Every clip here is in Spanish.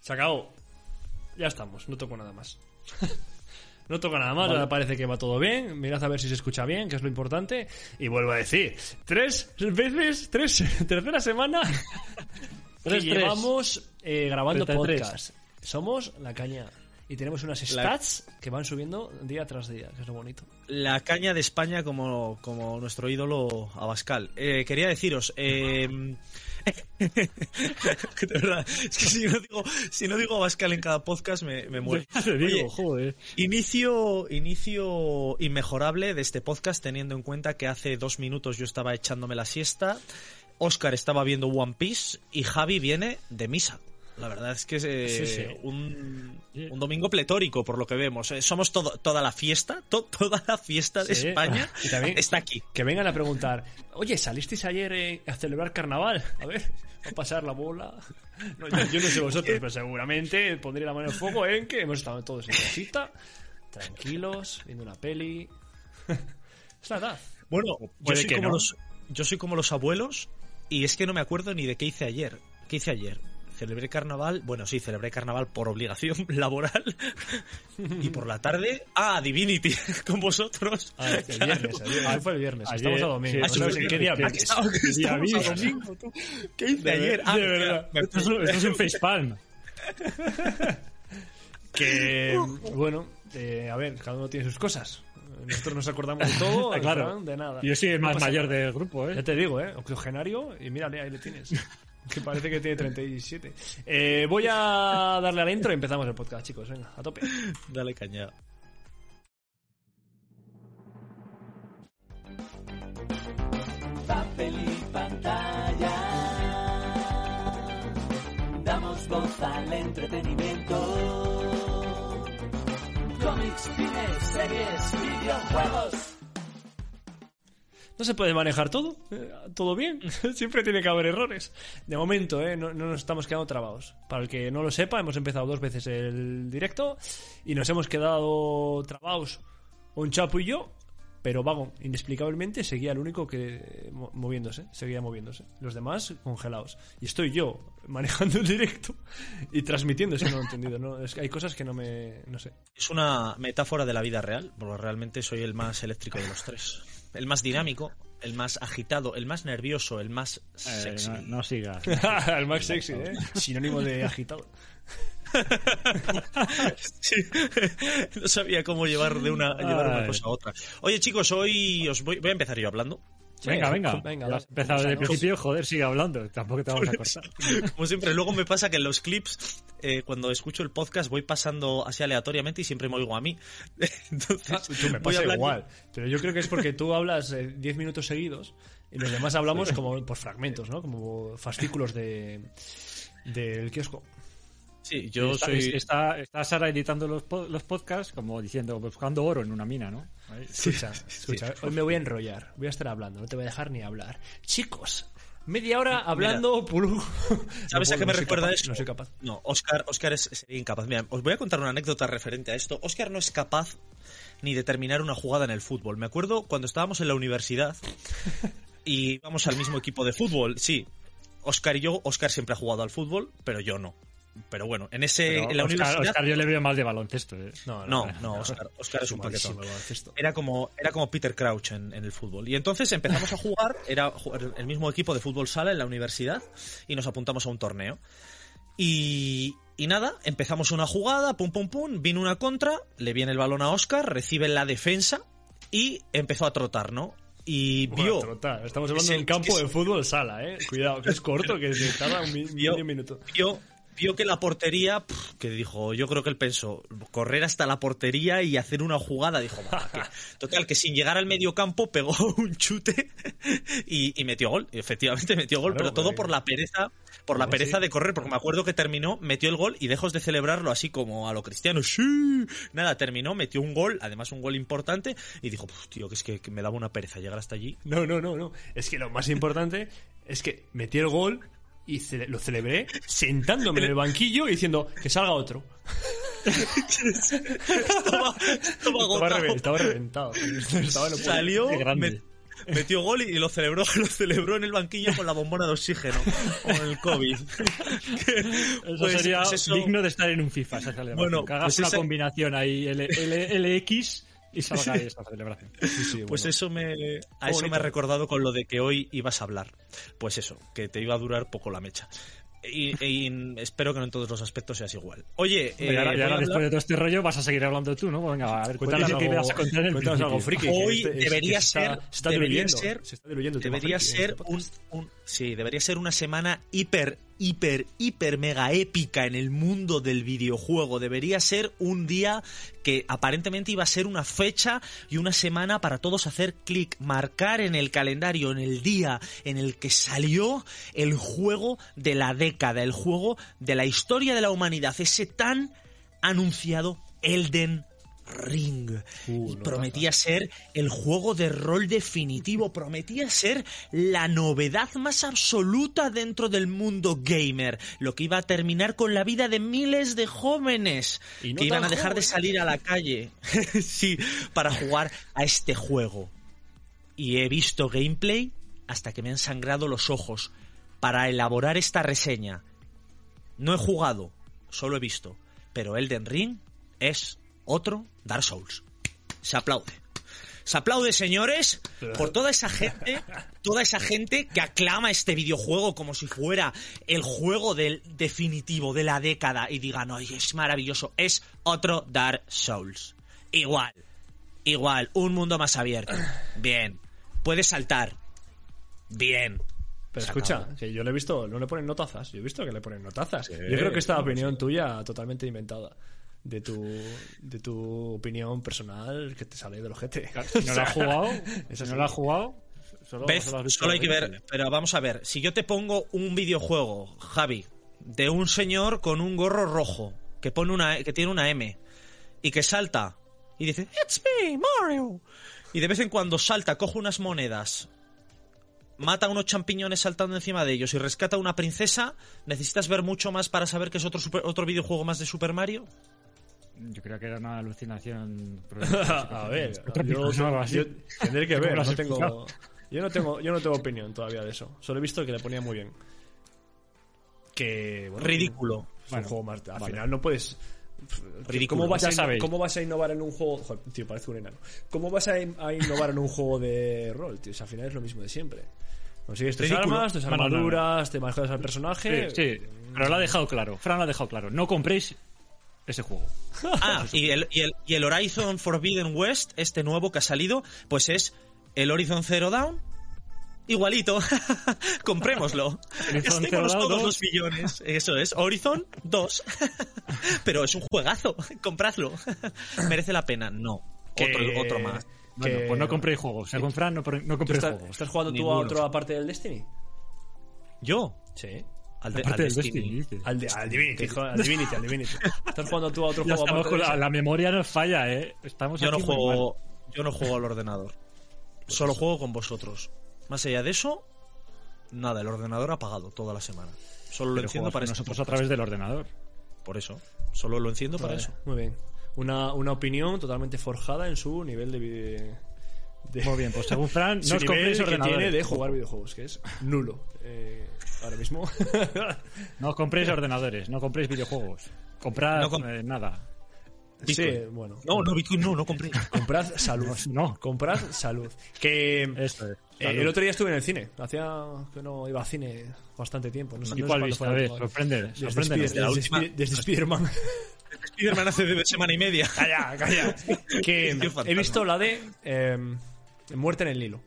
Se acabó. Ya estamos, no toco nada más. No toca nada más, ahora parece que va todo bien. Mirad a ver si se escucha bien, que es lo importante. Y vuelvo a decir, tercera semana que llevamos grabando 33 podcast. Somos La Caña. Y tenemos unas stats que van subiendo día tras día, que es lo bonito. La Caña de España como nuestro ídolo Abascal. Quería deciros... de verdad, es que si no digo Abascal en cada podcast me muero. Oye, joder. Inicio inmejorable de este podcast, teniendo en cuenta que hace 2 minutos yo estaba echándome la siesta, Óscar estaba viendo One Piece y Javi viene de misa. La verdad es que es un domingo pletórico por lo que vemos. Somos toda la fiesta, toda la fiesta de España y también está aquí. Que vengan a preguntar, oye, ¿salisteis ayer a celebrar carnaval? A ver, va a pasar la bola. No, yo no sé vosotros, pero seguramente pondré la mano en el fuego en que hemos estado todos en casita, tranquilos, viendo una peli. Es la edad. Bueno, yo soy como los abuelos y es que no me acuerdo ni de qué hice ayer. ¿Qué hice ayer? Celebré carnaval, celebré carnaval por obligación laboral y por la tarde, Divinity con vosotros. El viernes, fue el viernes, estamos a domingo. Sí, ¿qué día? Domingo, tú. ¿Qué hice ayer? De verdad. Esto es un facepalm. Que, bueno, a ver, cada uno tiene sus cosas. Nosotros nos acordamos de todo, claro. De nada. Yo soy el más mayor del grupo, Ya te digo, octogenario, y mírale, ahí le tienes. Que parece que tiene 37. Voy a darle al intro y empezamos el podcast, chicos. Venga, a tope. Dale caña. Papel y pantalla. Damos voz al entretenimiento. Cómics, cine, series, videojuegos. No se puede manejar todo bien, siempre tiene que haber errores. De momento, no nos estamos quedando trabados. Para el que no lo sepa, hemos empezado 2 veces el directo y nos hemos quedado trabados un Chapo y yo, pero Vago, inexplicablemente, seguía el único que seguía moviéndose. Los demás congelados. Y estoy yo manejando el directo y transmitiendo, eso no lo he entendido, ¿no? Es que hay cosas que no sé. Es una metáfora de la vida real, porque realmente soy el más eléctrico de los 3. El más dinámico, el más agitado, el más nervioso, el más sexy. No sigas. El más sexy, sinónimo de agitado. Sí. No sabía cómo llevar una cosa a otra. Oye, chicos, hoy voy a empezar yo hablando. Sí, venga. Has empezado desde el principio, sigue hablando. Tampoco te vamos a cortar. Como siempre, luego me pasa que en los clips, cuando escucho el podcast, voy pasando así aleatoriamente y siempre me oigo a mí. Entonces, tú me pasa igual. Pero yo creo que es porque tú hablas 10 minutos seguidos y los demás hablamos como por fragmentos, ¿no? Como fascículos del kiosco. Sí, está Sara editando los podcasts como diciendo, buscando oro en una mina, ¿no? Escucha, hoy me voy a enrollar, voy a estar hablando, no te voy a dejar ni hablar. Chicos, media hora hablando. ¿Sabes a qué me recuerda eso? No soy capaz. No, Óscar sería incapaz. Mira, os voy a contar una anécdota referente a esto. Óscar no es capaz ni de terminar una jugada en el fútbol. Me acuerdo cuando estábamos en la universidad y íbamos al mismo equipo de fútbol. Sí, Óscar y yo, Óscar siempre ha jugado al fútbol, pero yo no. Pero bueno, en la universidad... Oscar yo le veo mal de baloncesto. No, Óscar es un paquetón. Era como Peter Crouch en el fútbol. Y entonces empezamos a jugar, era el mismo equipo de fútbol sala en la universidad, y nos apuntamos a un torneo. Y nada, empezamos una jugada, pum, vino una contra, le viene el balón a Óscar, recibe la defensa y empezó a trotar, ¿no? Y vio... Trotar. Estamos hablando de un campo de fútbol sala, Cuidado, que es corto, que se tarda medio minuto. Vio que la portería, que dijo, yo creo que él pensó, correr hasta la portería y hacer una jugada, dijo, total, que sin llegar al medio campo pegó un chute y metió gol, y efectivamente metió gol, claro, pero todo por la pereza de correr, porque me acuerdo que terminó, metió el gol y dejos de celebrarlo así como a lo Cristiano, sí, nada, terminó, metió un gol, además un gol importante, y dijo, tío, que es que me daba una pereza llegar hasta allí. No, es que lo más importante es que metió el gol y lo celebré sentándome en el banquillo y diciendo que salga otro. Estaba reventado. Salió, Metió gol y lo celebró en el banquillo con la bombona de oxígeno. Con el COVID. Eso Pues sería eso- digno de estar en un FIFA, esa celebración. Bueno, que hagas pues una ese- combinación ahí, LX, y salga ahí esa celebración. Sí, sí, Pues bueno. eso a eso bonito. me ha recordado con lo de que hoy ibas a hablar. Pues eso, que te iba a durar poco la mecha. Y espero que no en todos los aspectos seas igual. Oye, Y ahora, voy a hablar- después de todo este rollo, vas a seguir hablando tú, ¿no? Venga, a ver, Cuéntanos cuéntanos qué me vas a contar en el cuéntanos algo principio. friki. que Hoy debería se ser- se está debería diluyendo. ser- Se está diluyendo el tema debería friki en ser este podcast. debería ser una semana hiper mega épica en el mundo del videojuego. Debería ser un día que aparentemente iba a ser una fecha y una semana para todos hacer clic, marcar en el calendario, en el día en el que salió el juego de la década, el juego de la historia de la humanidad, ese tan anunciado Elden Ring. Y no, prometía ser el juego de rol definitivo, prometía ser la novedad más absoluta dentro del mundo gamer, lo que iba a terminar con la vida de miles de jóvenes Y no que iban tan a dejar de jóvenes. salir a la calle, sí, para jugar a este juego. Y he visto gameplay hasta que me han sangrado los ojos para elaborar esta reseña. No he jugado, solo he visto, pero Elden Ring es otro Dark Souls. Se aplaude. Se aplaude, señores, por toda esa gente que aclama este videojuego como si fuera el juego del definitivo de la década y digan, oye, es maravilloso, es otro Dark Souls. Igual, un mundo más abierto. Bien. Puedes saltar. Bien. Pero Se escucha, acabó. que yo le he visto, no le ponen notazas. Yo he visto que le ponen notazas. Yo creo que esta opinión tuya totalmente inventada. De tu opinión personal que te sale del ojete. Si no lo has jugado, Eso si sí. no lo has jugado, solo Beth, lo has visto solo hay que en ver, pero vamos a ver, si yo te pongo un videojuego, Javi, de un señor con un gorro rojo, que tiene una M, y que salta, y dice, "It's me, Mario", y de vez en cuando salta, coge unas monedas, mata a unos champiñones saltando encima de ellos y rescata a una princesa, ¿necesitas ver mucho más para saber que es otro videojuego más de Super Mario? Yo creo que era una alucinación. A ver, Trópico, ¿no? Algo así. yo tendré que ¿Cómo ver, lo has no tengo, explicado? yo no tengo opinión todavía de eso. Solo he visto que le ponía muy bien. Que bueno, Ridículo. es Bueno, un juego más. Al vale. final no puedes. Ridículo. Ya sabéis. ¿Cómo vas a innovar en un juego? Joder, tío, parece un enano. ¿Cómo vas a innovar en un juego de rol, tío? O sea, al final es lo mismo de siempre. Consigues tus Ridículo. armas, tus No, no, no. armaduras, te mejoras al personaje. Sí, pero lo ha dejado claro. Fran lo ha dejado claro. No compréis ese juego. Ah, y el Horizon Forbidden West, este nuevo que ha salido, pues es el Horizon Zero Dawn. Igualito. Comprémoslo. Horizon Gastémonos Zero Dawn todos 2. los millones. Eso es. Horizon 2. Pero es un juegazo. Compradlo. ¿Merece la pena? No. Otro más. Bueno, pues no compréis juegos. Según Fran, no compréis juegos. ¿Estás jugando tú Ninguno. a otro aparte del Destiny? ¿Yo? Sí. Aparte del Destiny, dices. Al Divinity, joder, al Divinity. ¿Estás jugando tú a otro Ya juego estamos aparte con de ese? la memoria nos falla, ¿eh? Estamos Yo no aquí muy juego al ordenador. Solo juego con vosotros. Más allá de eso, nada, el ordenador apagado toda la semana. Solo lo Pero enciendo jugamos para con este nosotros a podcast. través del ordenador. Por eso. Solo lo enciendo para Vale, eso. muy bien. Una opinión totalmente forjada en su nivel de Muy bien, pues según Fran, su no os nivel compréis que ordenadores. tiene de jugar videojuegos, que es nulo. Ahora mismo. No os compréis ordenadores, no compréis videojuegos. Comprad No comp- nada. sí, Bitcoin. bueno. No, Bitcoin no compré. Comprad salud. No. Comprad salud. Que Eso es. el otro día estuve en el cine. Hacía que no iba al cine bastante tiempo. No sé, ¿Y no sé cuál cuándo viste? fue A la ver, última vez. sorpréndenos. Desde sorpréndenos. Spider- la última- desde Spider-Man. Spider-Man hace de semana y media. Calla, calla. Que Qué fantasma. he visto la de Muerte en el Nilo.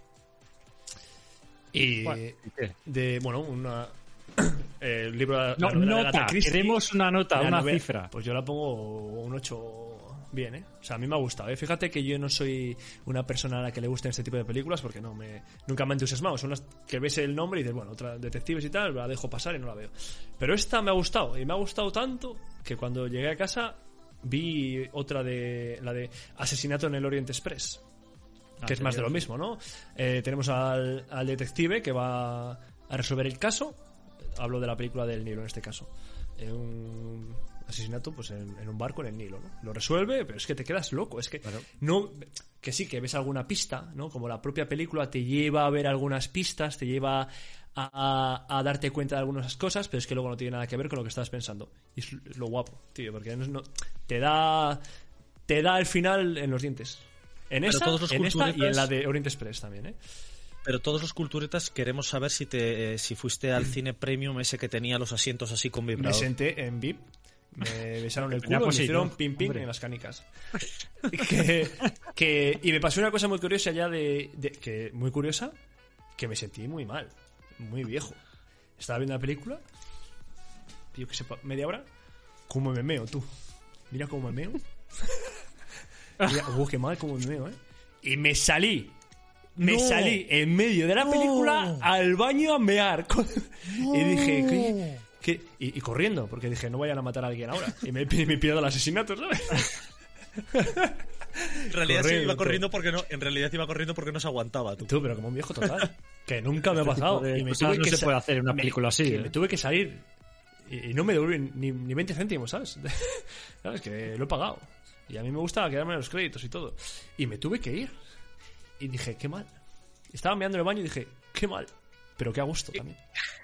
Y ¿Y qué? de, bueno, una el libro de No, la novela de nota, Agatha Christie. queremos una nota, La una novela- cifra. Pues yo la pongo un 8 bien, ¿eh? O sea, a mí me ha gustado, ¿eh? Fíjate que yo no soy una persona a la que le gusten este tipo de películas porque nunca me ha entusiasmado. Son las que ves el nombre y dices, bueno, otra detectives y tal, la dejo pasar y no la veo. Pero esta me ha gustado, y me ha gustado tanto que cuando llegué a casa vi otra la de Asesinato en el Orient Express. Que es más de lo mismo, ¿no? Tenemos al detective que va a resolver el caso. Hablo de la película del Nilo en este caso. en un asesinato pues en un barco en el Nilo, ¿no? Lo resuelve, pero es que te quedas loco. Es que no, que sí, que ves alguna pista, ¿no? Como la propia película te lleva a ver algunas pistas, te lleva a darte cuenta de algunas cosas, pero es que luego no tiene nada que ver con lo que estabas pensando. Y es lo guapo, tío, porque te da el final en los dientes. En esta y en la de Orient Express también, ¿eh? Pero todos los culturetas queremos saber si fuiste al cine premium ese que tenía los asientos así con Me vibrador. senté en VIP, me besaron el Tenía culo y me posito, hicieron ping ping en las canicas. Y me pasó una cosa muy curiosa ya que muy curiosa, que me sentí muy mal, muy viejo. Estaba viendo la película, yo que sé, media hora, cómo me meo, tú. Mira cómo me meo. Mira, qué mal cómo me meo, ¿eh? Y me salí en medio de la película al baño a mear. Y dije, ¿qué? Y corriendo, porque dije, no vayan a matar a alguien ahora. Y me pierdo el asesinato, ¿sabes? En realidad sí iba corriendo porque no se aguantaba, tú. Tú, pero como un viejo total. Que nunca me ha pasado. Y Y me cosas tuve no que se puede hacer en una película así. Me tuve que salir. Y no me devuelven ni 20 céntimos, ¿sabes? ¿Sabes? Que lo he pagado. Y a mí me gusta quedarme en los créditos y todo. Y me tuve que ir. Y dije, qué mal. Estaba meando en el baño y dije, qué mal. Pero qué a gusto también.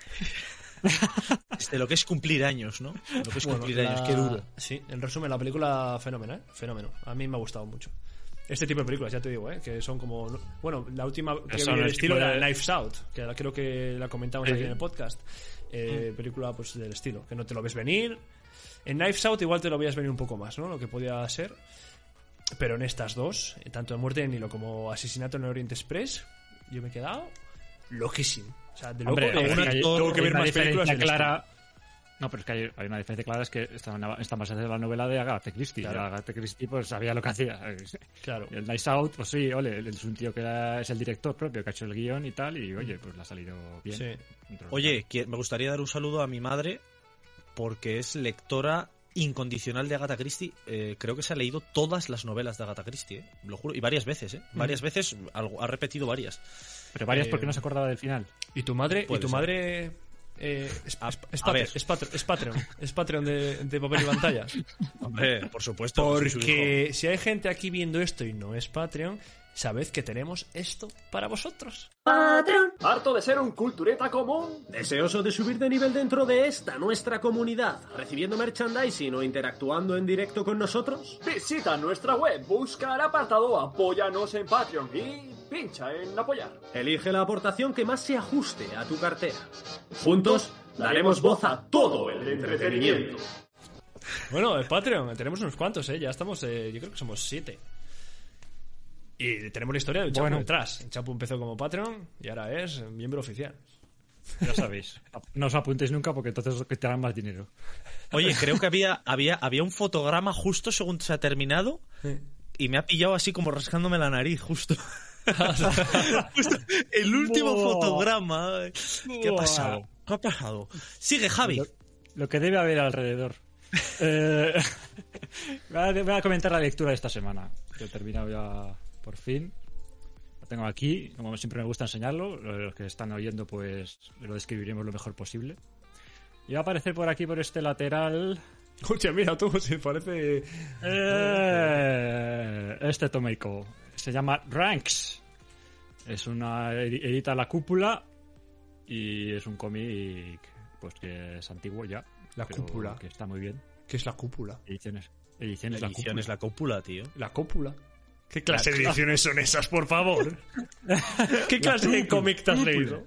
De lo que es cumplir años, ¿no? Lo que es cumplir años, qué duro. Sí, en resumen, la película fenómeno, ¿eh? Fenómeno. A mí me ha gustado mucho. Este tipo de películas, ya te digo, ¿eh? Que son como... Bueno, la última que vi del estilo era Knives Out, que creo que la comentamos aquí en el podcast. Película, pues, del estilo, que no te lo ves venir. En Knives Out igual te lo veías venir un poco más, ¿no? Lo que podía ser. Pero en estas dos, tanto en Muerte en Nilo como Asesinato en el Orient Express, yo me he quedado loquísimo. O sea, de loco. Hombre, tengo que ver más películas en clara. No, pero es que hay una diferencia clara, es que están basadas en la novela de Agatha Christie. Claro. Y Agatha Christie pues sabía lo que hacía. Claro. Y el Knives Out, pues sí, es un tío que es el director propio, que ha hecho el guión y tal, y oye, pues le ha salido bien. Sí. Oye, me gustaría dar un saludo a mi madre porque es lectora incondicional de Agatha Christie. Creo que se ha leído todas las novelas de Agatha Christie, lo juro, y varias veces, varias veces, ha repetido varias. Pero varias porque no se acordaba del final. ¿Y tu madre? Puede ser. Es Patreon de papel y pantalla. Hombre, por supuesto. soy su hijo. Porque si hay gente aquí viendo esto y no es Patreon, sabed que tenemos esto para vosotros. ¿Harto de ser un cultureta común? ¿Deseoso de subir de nivel dentro de esta nuestra comunidad, recibiendo merchandising o interactuando en directo con nosotros? Visita nuestra web, busca el apartado Apóyanos en Patreon y pincha en apoyar. Elige la aportación que más se ajuste a tu cartera. Juntos daremos voz a todo el entretenimiento. Bueno, el Patreon, tenemos unos cuantos, ya estamos, yo creo que somos 7. Y tenemos la historia del Chapu detrás. El Chapu empezó como Patreon y ahora es miembro oficial. Ya sabéis, no os apuntéis nunca porque entonces os quitarán más dinero. Oye, creo que había un fotograma justo según se ha terminado y me ha pillado así como rascándome la nariz justo. Justo el último fotograma. ¿Qué ha pasado? ¿Qué ha pasado? Sigue, Javi. Lo que debe haber alrededor. Voy a comentar la lectura de esta semana, que he terminado ya por fin. Lo tengo aquí, como siempre me gusta enseñarlo. Los que están oyendo pues lo describiremos lo mejor posible. Y va a aparecer por aquí, por este lateral. Escucha, mira tú, si parece... Este tomico se llama Ranks. Es una edita La Cúpula y es un cómic pues que es antiguo ya. La Cúpula. Que está muy bien. ¿Qué es La Cúpula? Ediciones La cópula, tío. La cópula. ¿Qué clase de ediciones son esas, por favor? ¿Qué clase de cómic te has leído?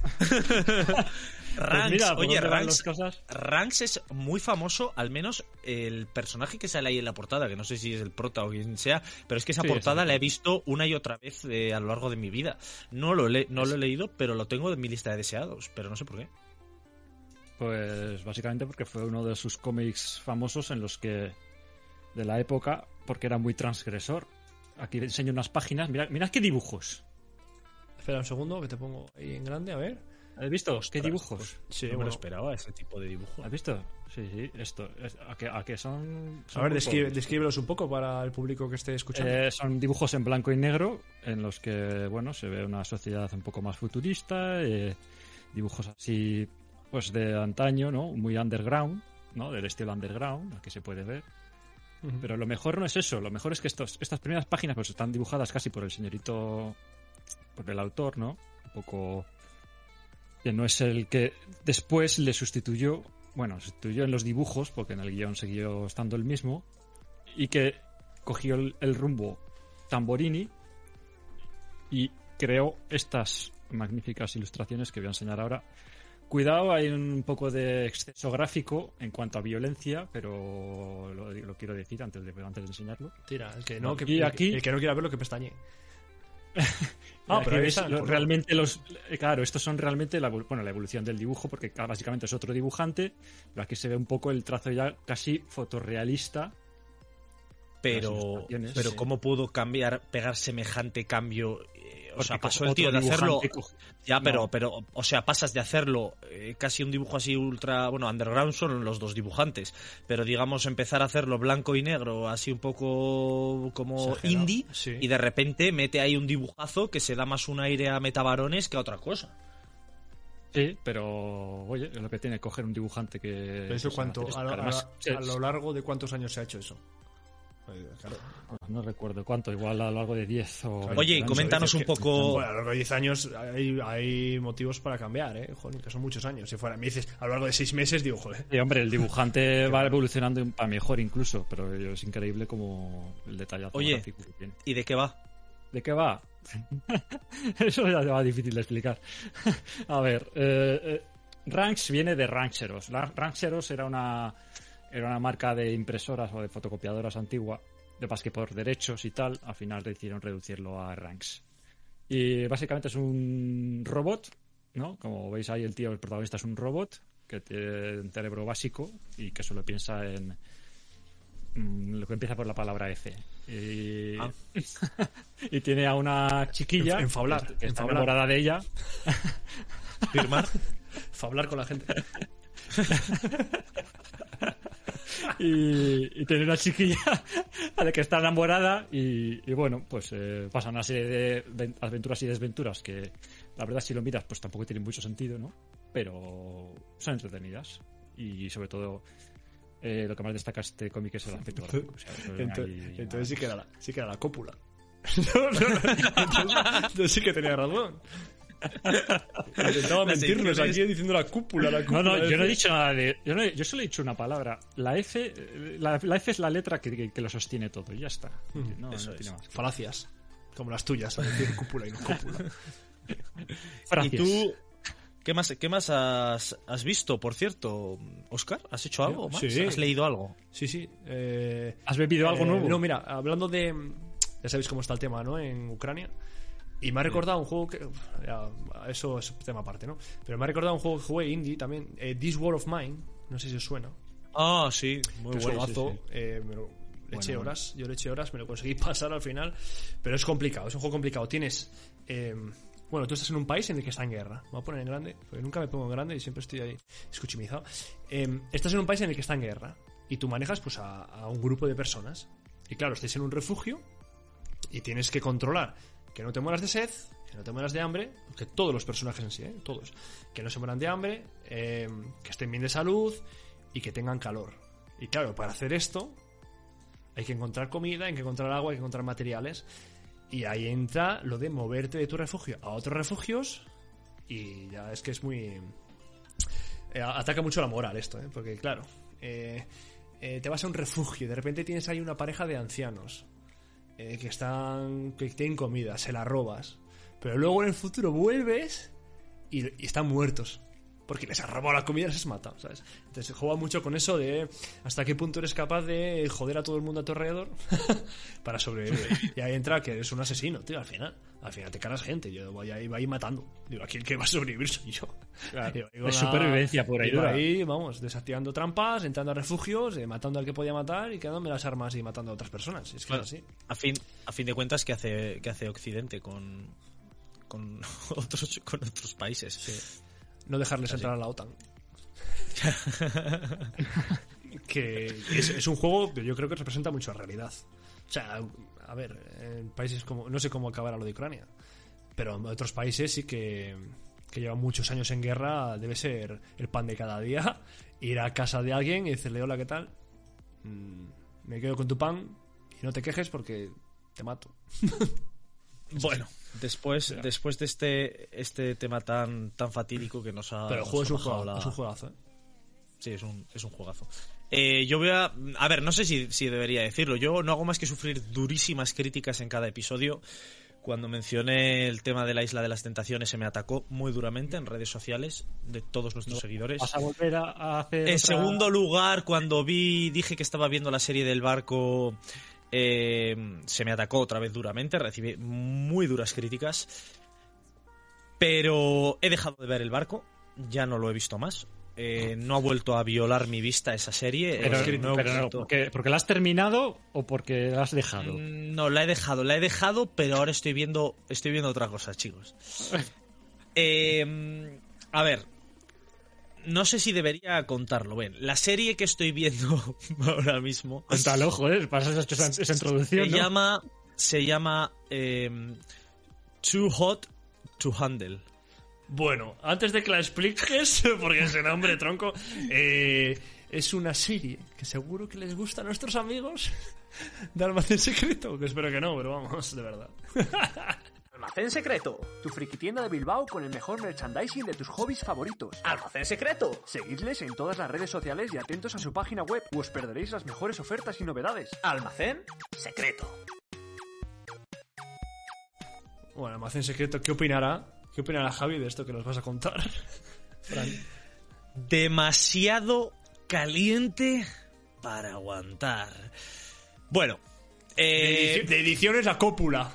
Ranks, Ranks es muy famoso, al menos el personaje que sale ahí en la portada, que no sé si es el prota o quien sea, pero es que esa portada la he visto una y otra vez a lo largo de mi vida. No lo he leído, pero lo tengo en mi lista de deseados, pero no sé por qué. Pues básicamente porque fue uno de sus cómics famosos en los que de la época, porque era muy transgresor. Aquí enseño unas páginas, mirad qué dibujos. Espera un segundo que te pongo ahí en grande, a ver. ¿Has visto? ¿Qué dibujos? Sí, no me lo esperaba, ese tipo de dibujo. ¿Has visto? Sí, esto. ¿A qué son? A ver, descríbelos un poco para el público que esté escuchando. Son dibujos en blanco y negro en los que, bueno, se ve una sociedad un poco más futurista, dibujos así, pues de antaño, ¿no? Muy underground. ¿no? Del estilo underground, que se puede ver. Pero lo mejor no es eso, lo mejor es que estas primeras páginas pues están dibujadas casi por el señorito, por el autor, ¿no? Un poco que no es el que después le sustituyó en los dibujos, porque en el guión siguió estando el mismo, y que cogió el rumbo Tamborini y creó estas magníficas ilustraciones que voy a enseñar ahora. Cuidado, hay un poco de exceso gráfico en cuanto a violencia, pero lo quiero decir antes de enseñarlo. Tira, el que no, Y aquí- el que no quiera verlo que pestañee. Pero ahí es está, pues, realmente claro, estos son realmente la evolución del dibujo, porque básicamente es otro dibujante, pero aquí se ve un poco el trazo ya casi fotorrealista. Pero Las ilustraciones, sí. ¿cómo pudo pegar semejante cambio? O sea, Porque pasó el otro tío de hacerlo... dibujante Ya, No. pero, o sea, pasas de hacerlo casi un dibujo así ultra... Bueno, underground son los dos dibujantes, pero digamos empezar a hacerlo blanco y negro, así un poco como Exagerado, indie, sí. y de repente mete ahí un dibujazo que se da más un aire a Metabarones que a otra cosa. Sí, pero oye, es lo que tiene coger un dibujante que... Pero eso que sabe cuánto, hacer esto. a Además, lo largo de cuántos años se ha hecho eso. Claro. no recuerdo cuánto, igual a lo largo de 10 o... 20 Oye, y años. coméntanos un poco... Bueno, a lo largo de 10 años hay motivos para cambiar, ¿eh? Joder, que son muchos años. Si fuera, me dices, a lo largo de 6 meses, digo, joder. Sí, hombre, el dibujante va evolucionando a mejor incluso, pero es increíble como el detallazo Oye. gráfico que tiene. ¿Y de qué va? ¿De qué va? Eso ya va difícil de explicar. A ver, Ranks viene de Rancheros. Rancheros era una marca de impresoras o de fotocopiadoras antigua, de más que por derechos y tal, al final decidieron reducirlo a Ranks. Y básicamente es un robot, ¿no? Como veis ahí el protagonista es un robot que tiene un cerebro básico y que solo piensa en lo que empieza por la palabra F. Y, y tiene a una chiquilla Enfablar, que está enfablar. enamorada de ella. ¿Firmar? Hablar con la gente. y tiene una chiquilla a la que está enamorada y bueno, pues pasan una serie de aventuras y desventuras que la verdad si lo miras pues tampoco tienen mucho sentido, ¿no? Pero son entretenidas y sobre todo lo que más destaca este cómic es el aspecto gráfico. O sea, eso Entonces sí que era la cópula. Entonces sí que tenía razón. Intentaba mentirnos aquí diciendo la cúpula, la cúpula. No, yo no he dicho nada de... Yo solo he dicho una palabra. La F es la letra que lo sostiene todo y ya está. No tiene más. Falacias. Como las tuyas, a decir cúpula y no cópula. Gracias. ¿Y tú qué más has visto, por cierto, Óscar? ¿Has hecho algo más? Sí. ¿Has leído algo? Sí. ¿Has bebido algo nuevo? No, mira, hablando de... Ya sabéis cómo está el tema, ¿no? En Ucrania. Y me ha recordado un juego que... eso es tema aparte, ¿no? Pero me ha recordado un juego que jugué indie también. This War of Mine. No sé si os suena. Ah, sí, muy Que es bueno. juegazo, le eché horas, yo le eché horas, me lo conseguí pasar al final, pero es complicado, es un juego complicado. Tienes, bueno, tú estás en un país en el que está en guerra, me voy a poner en grande, porque nunca me pongo en grande y siempre estoy ahí escuchimizado. Estás en un país en el que está en guerra y tú manejas pues a un grupo de personas y claro, estáis en un refugio y tienes que controlar que no te mueras de sed, que no te mueras de hambre, que todos los personajes en sí, todos, que no se mueran de hambre, que estén bien de salud y que tengan calor. Y claro, para hacer esto hay que encontrar comida, hay que encontrar agua, hay que encontrar materiales. Y ahí entra lo de moverte de tu refugio a otros refugios. Y ya es que es muy... ataca mucho la moral esto, porque claro, te vas a un refugio y de repente tienes ahí una pareja de ancianos que tienen comida, se la robas. Pero luego en el futuro vuelves y están muertos. Porque les has robado la comida y les has matado, ¿sabes? Entonces se juega mucho con eso de hasta qué punto eres capaz de joder a todo el mundo a tu alrededor para sobrevivir. Y ahí entra que eres un asesino, tío, al final. Al final te cargas gente, yo voy ahí matando. Digo, aquí el que va a sobrevivir soy yo. Claro, Digo, es supervivencia por ahí. Digo, ahí, vamos, desactivando trampas, entrando a refugios, matando al que podía matar y quedándome las armas y matando a otras personas. Es que Bueno, es así. a fin de cuentas, ¿qué hace Occidente con otros países? Sí. No dejarles entrar a la OTAN. Que es un juego que yo creo que representa mucho la realidad. O sea, a ver, en países como... No sé cómo acabará lo de Ucrania, pero en otros países sí que que lleva muchos años en guerra, debe ser el pan de cada día. Ir a casa de alguien y decirle, hola, ¿qué tal? Me quedo con tu pan y no te quejes porque te mato. Bueno, después de este tema tan fatídico que nos ha... Pero el juego es un bajado juegazo, ¿eh? Sí, es un juegazo. Yo voy a ver, no sé si debería decirlo. Yo no hago más que sufrir durísimas críticas en cada episodio. Cuando mencioné el tema de la Isla de las Tentaciones se me atacó muy duramente en redes sociales de todos nuestros seguidores. ¿Vas a volver a hacer En otra? segundo lugar, cuando dije que estaba viendo la serie del barco, se me atacó otra vez duramente. Recibí muy duras críticas. Pero he dejado de ver el barco. Ya no lo he visto más. No ha vuelto a violar mi vista esa serie. ¿Porque la has terminado o porque la has dejado? No, la he dejado, pero ahora estoy viendo otra cosa, chicos. A ver, no sé si debería contarlo. Ven, la serie que estoy viendo ahora mismo... Cuenta al ojo, ¿eh? Para esa introducción, Se llama Too Hot to Handle. Bueno, antes de que la expliques, porque ese nombre, tronco, es una serie que seguro que les gusta a nuestros amigos de Almacén Secreto, que espero que no, pero vamos, de verdad. Almacén Secreto, tu frikitienda de Bilbao con el mejor merchandising de tus hobbies favoritos. Almacén Secreto. Seguidles en todas las redes sociales y atentos a su página web, o os perderéis las mejores ofertas y novedades. Almacén Secreto. Bueno, Almacén Secreto, ¿qué opinará Javi de esto que nos vas a contar? Fran. Demasiado caliente para aguantar. Bueno, De ediciones a cópula.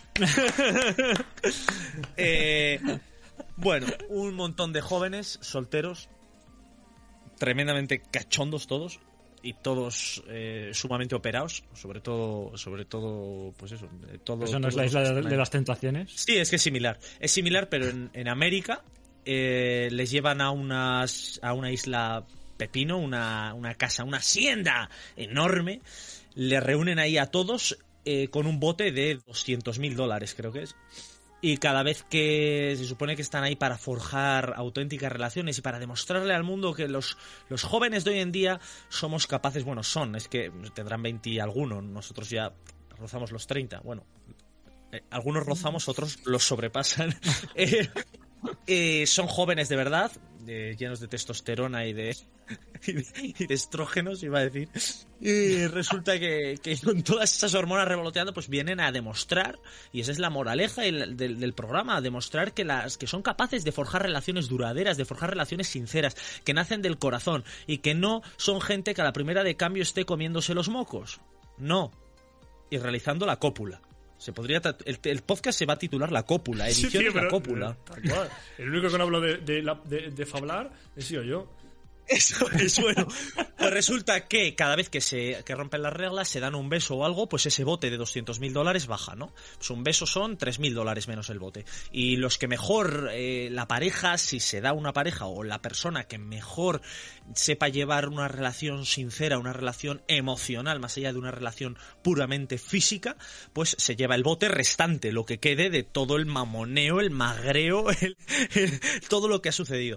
Bueno, un montón de jóvenes solteros, tremendamente cachondos todos, y todos sumamente operados, sobre todo pues eso. ¿Eso no es la Isla de las Tentaciones? Sí, es que es similar, pero en América les llevan a una isla pepino, una casa, una hacienda enorme, les reúnen ahí a todos con un bote de $200,000, creo que es. Y cada vez que se supone que están ahí para forjar auténticas relaciones y para demostrarle al mundo que los jóvenes de hoy en día somos capaces, bueno, es que tendrán 20 y alguno, nosotros ya rozamos los 30, bueno, algunos rozamos, otros los sobrepasan. Son jóvenes de verdad, llenos de testosterona y de estrógenos, iba a decir. Y resulta que con todas esas hormonas revoloteando, pues vienen a demostrar, y esa es la moraleja del programa, a demostrar que son capaces de forjar relaciones duraderas, de forjar relaciones sinceras, que nacen del corazón, y que no son gente que a la primera de cambio esté comiéndose los mocos. No. Y realizando la cópula. El podcast se va a titular La Cópula, edición de La Cópula. El único que no hablo de fablar he sido yo. Eso es bueno. Pues resulta que cada vez que rompen las reglas, se dan un beso o algo, pues ese bote de $200,000 baja, ¿no? Pues un beso son $3,000 menos el bote. Y los que mejor, la pareja, si se da una pareja, o la persona que mejor sepa llevar una relación sincera, una relación emocional, más allá de una relación puramente física, pues se lleva el bote restante, lo que quede de todo el mamoneo, el magreo, todo lo que ha sucedido.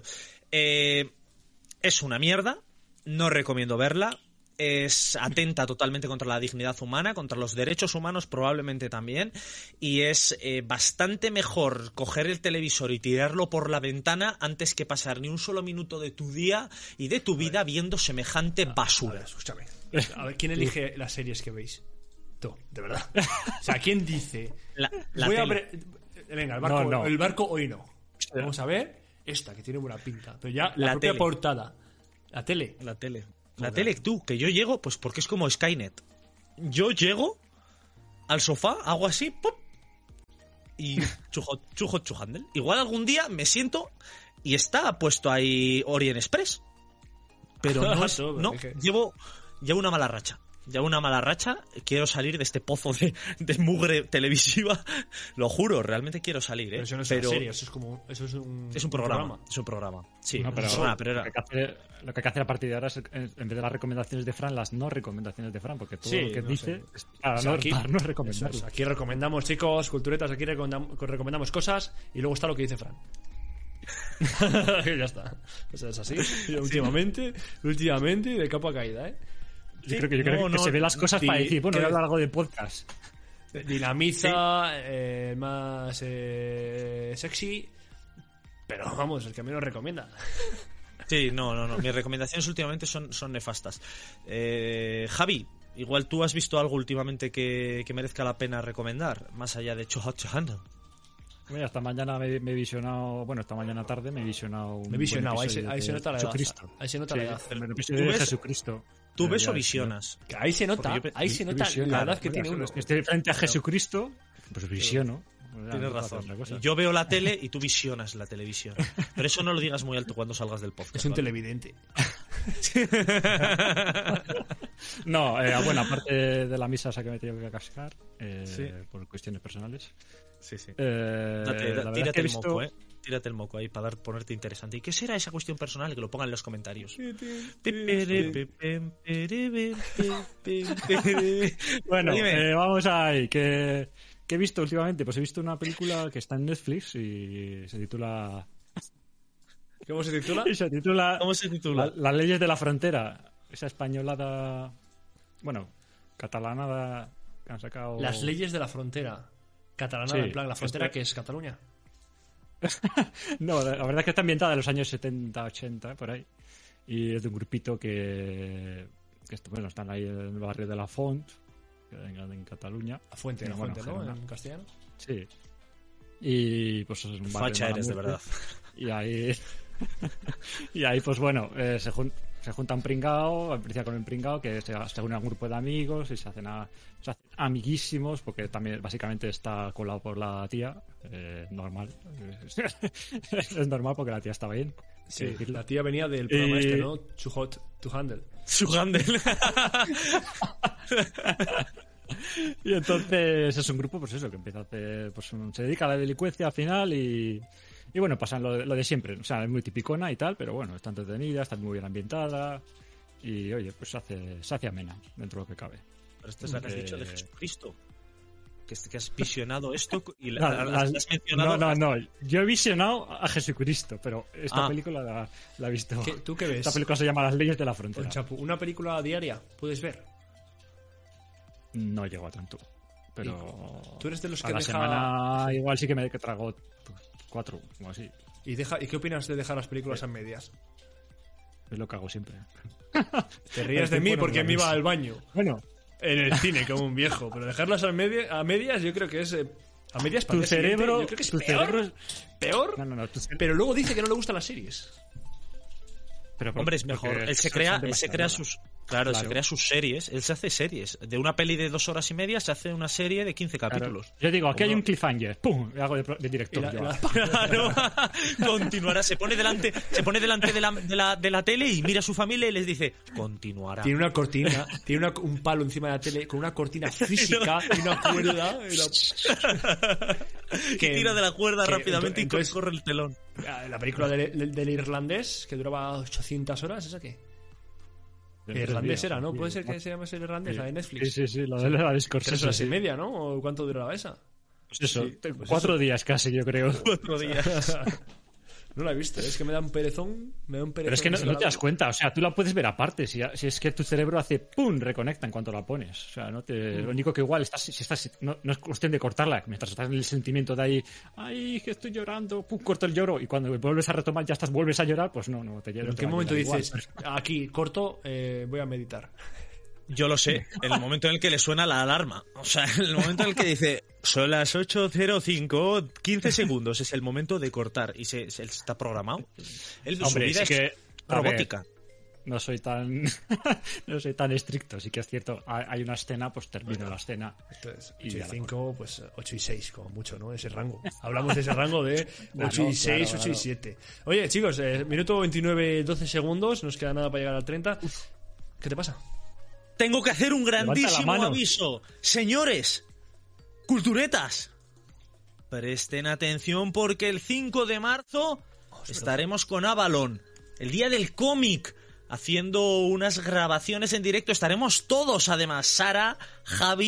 Es una mierda, no recomiendo verla, atenta totalmente contra la dignidad humana, contra los derechos humanos probablemente también, y es bastante mejor coger el televisor y tirarlo por la ventana antes que pasar ni un solo minuto de tu día y de tu vida viendo semejante basura. Escúchame. A ver, ¿quién elige las series que veis? Tú, de verdad. O sea, ¿quién dice? Voy a ver... Venga, el barco hoy no. Vamos a ver... Esta, que tiene buena pinta. Pero ya la propia portada. La tele. La tele, tú, que yo llego, pues porque es como Skynet. Yo llego al sofá, hago así, ¡pum! Y chuhandel. Igual algún día me siento y está puesto ahí Orient Express. Pero no, llevo una mala racha. Quiero salir de este pozo de mugre televisiva. Lo juro, realmente quiero salir, ¿eh? Pero eso no es una serie, eso es un programa. Es un programa. Sí, no, pero lo que hay que hacer a partir de ahora es, en vez de las recomendaciones de Fran, las no recomendaciones de Fran, porque todo lo que dice es para no recomendarlo. Aquí recomendamos, chicos, culturetas, aquí recomendamos cosas, y luego está lo que dice Fran. Ya está. O sea, es así. Últimamente, de capa caída, ¿eh? Yo creo que se ve las cosas para decir, bueno, voy a hablar algo de podcast. Dinamiza, más sexy, pero vamos, el que menos recomienda. Sí, no. Mis recomendaciones últimamente son nefastas. Javi, igual tú has visto algo últimamente que merezca la pena recomendar, más allá de Chohana. Bueno, esta mañana me he visionado, bueno, esta mañana tarde me he visionado un ahí se nota la edad. Jesucristo. Ahí se nota la edad. El episodio de Jesucristo. ¿Tú ves o visionas? Que ahí se nota la edad que tiene uno. Estoy frente a Jesucristo, pues visiono. Tienes razón. Yo veo la tele y tú visionas la televisión. Pero eso no lo digas muy alto cuando salgas del podcast. Es un televidente. No, bueno, aparte de la misa esa que me he tenido que cascar por cuestiones personales. Sí. Tírate el moco, Tírate el moco ahí para ponerte interesante. ¿Y qué será esa cuestión personal? Que lo pongan en los comentarios. Bueno, vamos ahí. ¿Qué he visto últimamente? Pues he visto una película que está en Netflix y se titula... ¿Cómo se titula? ¿Cómo se titula? Las leyes de la frontera. Esa españolada... Bueno, catalanada que han sacado... Las leyes de la frontera. Catalanada, en plan, la frontera que es Cataluña. No, la verdad es que está ambientada en los años 70, 80, por ahí. Y es de un grupito que bueno, están ahí en el barrio de La Font, en Cataluña. La Fuente, ¿no? En castellano. Sí. Y pues es un barrio facha eres, de verdad. Y ahí pues bueno, se junta un pringao, empieza con un pringao que se une a un grupo de amigos y se hacen amiguísimos, porque también básicamente está colado por la tía, normal. Es normal porque la tía estaba bien. Sí, la tía venía del programa ¿no? Too Hot to Handle. Y entonces es un grupo, pues eso, que empieza a hacer, pues se dedica a la delincuencia al final y bueno, pasan lo de siempre, o sea, es muy tipicona y tal, pero bueno, está entretenida, está muy bien ambientada y oye, pues se hace amena dentro de lo que cabe. Pero esta es la que has dicho de Jesucristo, que has visionado esto y has mencionado. No, yo he visionado a Jesucristo, pero esta película la he visto. ¿Tú qué ves? Esta película se llama Las leyes de la frontera. Chapu, ¿una película diaria puedes ver? No llego a tanto, pero tú eres de los que a la semana igual sí que me trago 4 o así. ¿Y qué opinas de dejar las películas a medias? Es lo que hago siempre. Te ríes de mí porque me iba al baño. Bueno, en el cine como un viejo, pero dejarlas a medias yo creo que es a medias para tu cerebro, yo creo que es tu peor. ¿Peor? No, pero luego dice que no le gustan las series. Pero hombre, es mejor. Él se crea sus se crea sus series. Él se hace series. De una peli de 2 horas y media se hace una serie de 15 capítulos. Yo digo, aquí hay un cliffhanger. ¡Pum! Le hago de director. Claro. Continuará. Se pone delante de la tele y mira a su familia y les dice, continuará. Tiene una cortina, tiene un palo encima de la tele con una cortina física y una cuerda. Que tira de la cuerda rápidamente y corre el telón. La película del irlandés, que duraba 800 horas, ¿esa qué? El irlandés era, ¿no? ¿Puede ser que se llame el irlandés? La de Netflix. Sí, la de la Scorsese. 3 horas y media, ¿no? ¿O cuánto duraba esa? Pues eso, 4 días casi, yo creo. 4 días. No la he visto, es que me da un perezón. Pero es que no te das cuenta, o sea, tú la puedes ver aparte. Si es que tu cerebro hace ¡pum! Reconecta en cuanto la pones. O sea, no te. Lo único que igual no es cuestión de cortarla. Mientras estás en el sentimiento de ahí, ¡ay, que estoy llorando! ¡Pum! Corto el lloro. Y cuando vuelves a retomar, vuelves a llorar, pues no te lloras. ¿En qué momento dices, aquí, corto, voy a meditar? Yo lo sé, en el momento en el que le suena la alarma. O sea, en el momento en el que dice, son las 8:05, 15 segundos, es el momento de cortar. Y él está programado. Su vida es robótica. No soy tan estricto, sí que es cierto. Hay una escena, pues termino la escena. Entonces, 8:05, pues 8:06, como mucho, ¿no? Ese rango. Hablamos de ese rango de 8:06, 8:07. Oye, chicos, minuto 29, 12 segundos. Nos queda nada para llegar al 30. ¿Qué te pasa? Tengo que hacer un grandísimo aviso. Señores, culturetas, presten atención porque el 5 de marzo estaremos con Avalon, el día del cómic, haciendo unas grabaciones en directo. Estaremos todos, además, Sara, Javi,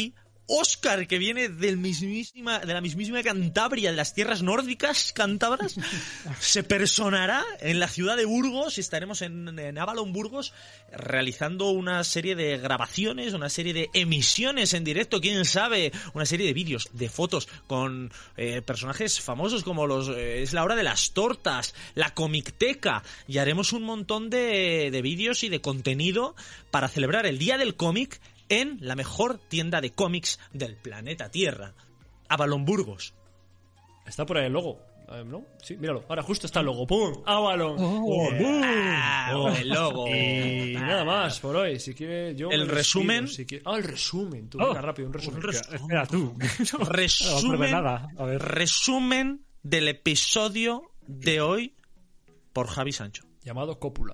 Óscar, que viene de la mismísima Cantabria, de las tierras nórdicas cántabras, se personará en la ciudad de Burgos y estaremos en Avalon, Burgos, realizando una serie de grabaciones, una serie de emisiones en directo, quién sabe, una serie de vídeos, de fotos con personajes famosos como es la hora de las tortas, la comicteca, y haremos un montón de vídeos y de contenido para celebrar el Día del Cómic en la mejor tienda de cómics del planeta Tierra, Avalon, Burgos. Está por ahí el logo, ¿no? Sí, míralo. Ahora justo está el logo. ¡Pum! ¡Avalon! El logo. Y nada más por hoy. Si quiere, yo El me resumen. despido, el resumen. Tú, venga, rápido, un resumen. Espera tú. Resumen, nada. A ver. resumen del episodio de hoy por Javi Sancho. Llamado Cópula.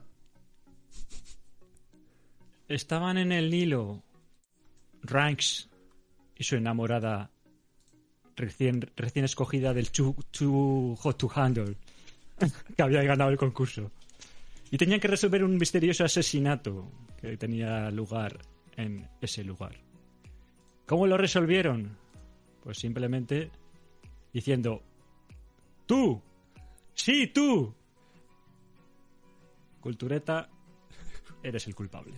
Estaban en el Nilo Ranks y su enamorada recién escogida del Too Hot to Handle, que había ganado el concurso. Y tenían que resolver un misterioso asesinato que tenía lugar en ese lugar. ¿Cómo lo resolvieron? Pues simplemente diciendo: ¡tú! ¡Sí, tú! Cultureta, eres el culpable.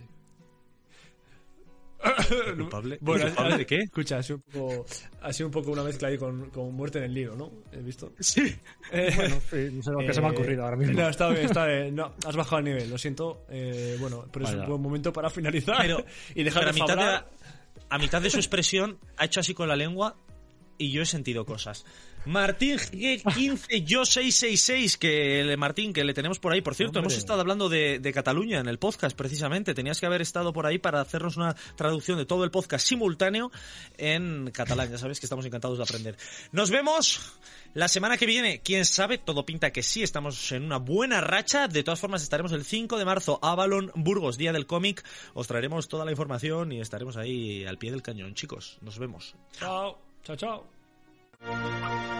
¿Culpable? Bueno, ¿Culpable de qué? Escucha, ha sido un poco una mezcla ahí con Muerte en el Nilo, ¿no? ¿Has visto? Sí. Bueno, sí, no sé lo que se me ha ocurrido ahora mismo. No, está bien. No, has bajado el nivel, lo siento. Bueno, pero es un buen momento para finalizar y dejar de hablar. A mitad de su expresión ha hecho así con la lengua y yo he sentido cosas. Martín G15, yo 666, Martín, que le tenemos por ahí. Por cierto, hemos estado hablando de Cataluña en el podcast, precisamente. Tenías que haber estado por ahí para hacernos una traducción de todo el podcast simultáneo en catalán. Ya sabes que estamos encantados de aprender. Nos vemos la semana que viene. Quién sabe, todo pinta que sí, estamos en una buena racha. De todas formas, estaremos el 5 de marzo, Avalon, Burgos, Día del Cómic. Os traeremos toda la información y estaremos ahí al pie del cañón, chicos. Nos vemos. Chao. Chao, chao.